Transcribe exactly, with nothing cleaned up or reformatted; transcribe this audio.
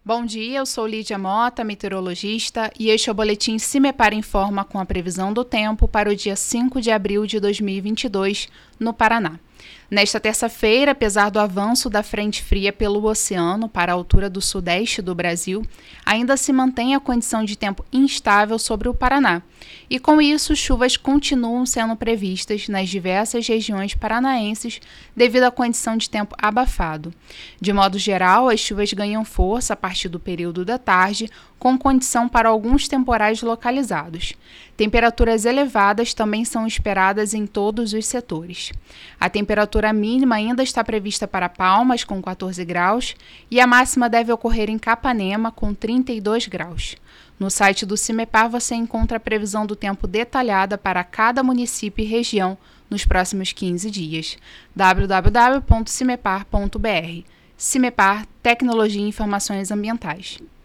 Bom dia, eu sou Lídia Mota, meteorologista, e este é o boletim Cimepar Informa com a previsão do tempo para o dia cinco de abril de dois mil e vinte e dois, no Paraná. Nesta terça-feira, apesar do avanço da frente fria pelo oceano para a altura do sudeste do Brasil, ainda se mantém a condição de tempo instável sobre o Paraná. E com isso, chuvas continuam sendo previstas nas diversas regiões paranaenses devido à condição de tempo abafado. De modo geral, as chuvas ganham força a partir do período da tarde, com condição para alguns temporais localizados. Temperaturas elevadas também são esperadas em todos os setores. A temperatura mínima ainda está prevista para Palmas, com quatorze graus, e a máxima deve ocorrer em Capanema, com trinta e dois graus. No site do Cimepar você encontra a previsão do tempo detalhada para cada município e região nos próximos quinze dias. w w w ponto cimepar ponto b r. Cimepar, Tecnologia e Informações Ambientais.